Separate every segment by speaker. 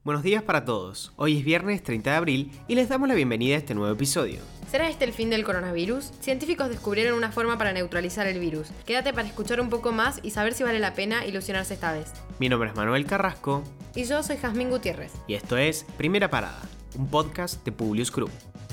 Speaker 1: Buenos días para todos, hoy es viernes 30 de abril y les damos la bienvenida a este nuevo episodio.
Speaker 2: ¿Será este el fin del coronavirus? Científicos descubrieron una forma para neutralizar el virus. Quédate para escuchar un poco más y saber si vale la pena ilusionarse esta vez.
Speaker 1: Mi nombre es Manuel Carrasco.
Speaker 2: Y yo soy Jazmín Gutiérrez.
Speaker 1: Y esto es Primera Parada, un podcast de Publius Group.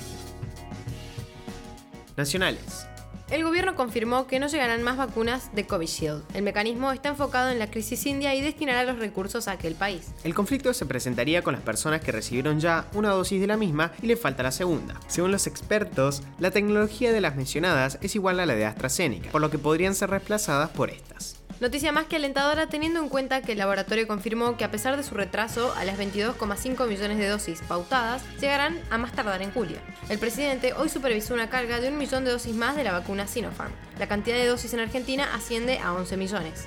Speaker 1: Nacionales.
Speaker 2: El gobierno confirmó que no llegarán más vacunas de Covishield. El mecanismo está enfocado en la crisis india y destinará los recursos a aquel país.
Speaker 1: El conflicto se presentaría con las personas que recibieron ya una dosis de la misma y le falta la segunda. Según los expertos, la tecnología de las mencionadas es igual a la de AstraZeneca, por lo que podrían ser reemplazadas por estas.
Speaker 2: Noticia más que alentadora teniendo en cuenta que el laboratorio confirmó que a pesar de su retraso a las 22,5 millones de dosis pautadas, llegarán a más tardar en julio. El presidente hoy supervisó una carga de 1 millón de dosis más de la vacuna Sinopharm. La cantidad de dosis en Argentina asciende a 11 millones.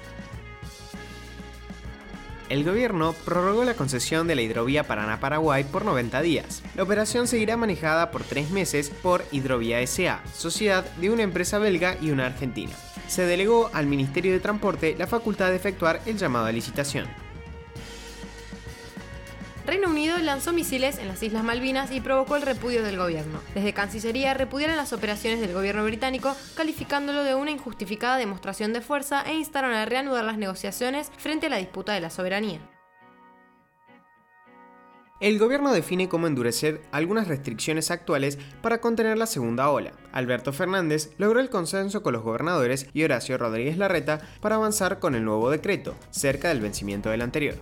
Speaker 1: El gobierno prorrogó la concesión de la hidrovía Paraná-Paraguay por 90 días. La operación seguirá manejada por 3 meses por Hidrovía S.A., sociedad de una empresa belga y una argentina. Se delegó al Ministerio de Transporte la facultad de efectuar el llamado a licitación.
Speaker 2: Reino Unido lanzó misiles en las Islas Malvinas y provocó el repudio del gobierno. Desde Cancillería repudiaron las operaciones del gobierno británico, calificándolo de una injustificada demostración de fuerza e instaron a reanudar las negociaciones frente a la disputa de la soberanía.
Speaker 1: El gobierno define cómo endurecer algunas restricciones actuales para contener la segunda ola. Alberto Fernández logró el consenso con los gobernadores y Horacio Rodríguez Larreta para avanzar con el nuevo decreto, cerca del vencimiento del anterior.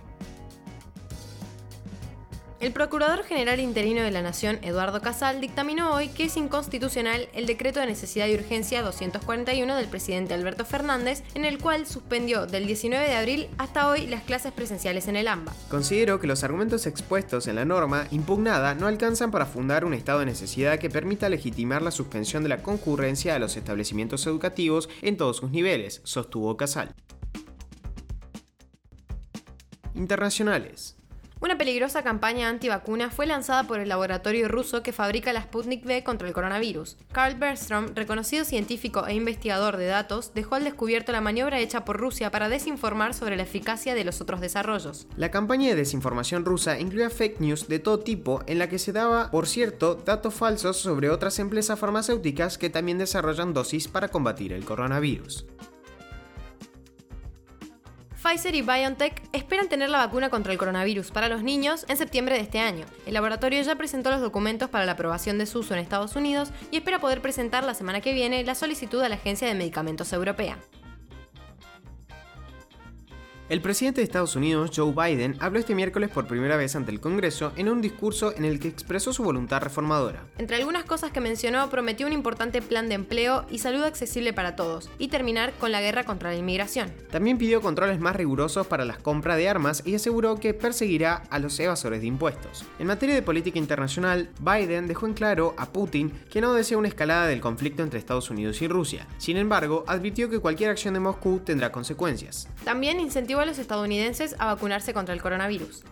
Speaker 2: El Procurador General Interino de la Nación, Eduardo Casal, dictaminó hoy que es inconstitucional el decreto de necesidad y urgencia 241 del presidente Alberto Fernández, en el cual suspendió del 19 de abril hasta hoy las clases presenciales en el AMBA.
Speaker 1: Considero que los argumentos expuestos en la norma impugnada no alcanzan para fundar un estado de necesidad que permita legitimar la suspensión de la concurrencia a los establecimientos educativos en todos sus niveles, sostuvo Casal. Internacionales.
Speaker 2: Una peligrosa campaña antivacuna fue lanzada por el laboratorio ruso que fabrica la Sputnik V contra el coronavirus. Carl Bergström, reconocido científico e investigador de datos, dejó al descubierto la maniobra hecha por Rusia para desinformar sobre la eficacia de los otros desarrollos.
Speaker 1: La campaña de desinformación rusa incluía fake news de todo tipo en la que se daba, por cierto, datos falsos sobre otras empresas farmacéuticas que también desarrollan dosis para combatir el coronavirus.
Speaker 2: Pfizer y BioNTech esperan tener la vacuna contra el coronavirus para los niños en septiembre de este año. El laboratorio ya presentó los documentos para la aprobación de su uso en Estados Unidos y espera poder presentar la semana que viene la solicitud a la Agencia de Medicamentos Europea.
Speaker 1: El presidente de Estados Unidos, Joe Biden, habló este miércoles por primera vez ante el Congreso en un discurso en el que expresó su voluntad reformadora.
Speaker 2: Entre algunas cosas que mencionó, prometió un importante plan de empleo y salud accesible para todos, y terminar con la guerra contra la inmigración.
Speaker 1: También pidió controles más rigurosos para las compras de armas y aseguró que perseguirá a los evasores de impuestos. En materia de política internacional, Biden dejó en claro a Putin que no desea una escalada del conflicto entre Estados Unidos y Rusia. Sin embargo, advirtió que cualquier acción de Moscú tendrá consecuencias.
Speaker 2: También incentivó a los estadounidenses a vacunarse contra el coronavirus.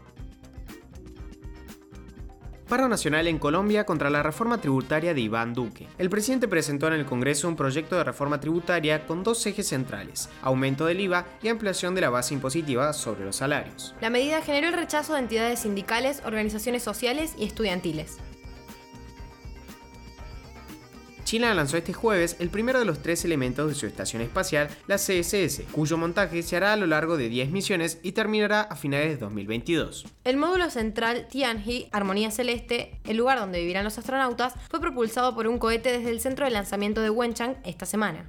Speaker 1: Paro nacional en Colombia contra la reforma tributaria de Iván Duque. El presidente presentó en el Congreso un proyecto de reforma tributaria con dos ejes centrales: aumento del IVA y ampliación de la base impositiva sobre los salarios.
Speaker 2: La medida generó el rechazo de entidades sindicales, organizaciones sociales y estudiantiles.
Speaker 1: China lanzó este jueves el primero de los 3 elementos de su estación espacial, la CSS, cuyo montaje se hará a lo largo de 10 misiones y terminará a finales de 2022.
Speaker 2: El módulo central Tianhe, Armonía Celeste, el lugar donde vivirán los astronautas, fue propulsado por un cohete desde el centro de lanzamiento de Wenchang esta semana.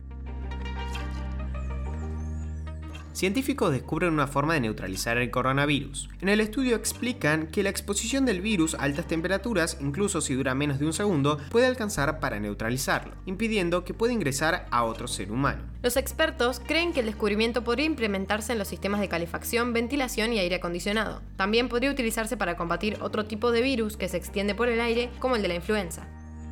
Speaker 1: Científicos descubren una forma de neutralizar el coronavirus. En el estudio explican que la exposición del virus a altas temperaturas, incluso si dura menos de un segundo, puede alcanzar para neutralizarlo, impidiendo que pueda ingresar a otro ser humano.
Speaker 2: Los expertos creen que el descubrimiento podría implementarse en los sistemas de calefacción, ventilación y aire acondicionado. También podría utilizarse para combatir otro tipo de virus que se extiende por el aire, como el de la influenza.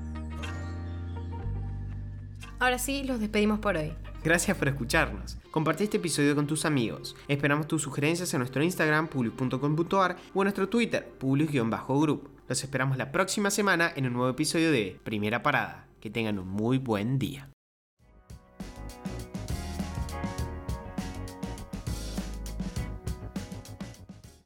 Speaker 2: Ahora sí, los despedimos por hoy.
Speaker 1: Gracias por escucharnos. Compartí este episodio con tus amigos. Esperamos tus sugerencias en nuestro Instagram, publius.com.ar, o en nuestro Twitter, publius-group. Los esperamos la próxima semana en un nuevo episodio de Primera Parada. Que tengan un muy buen día.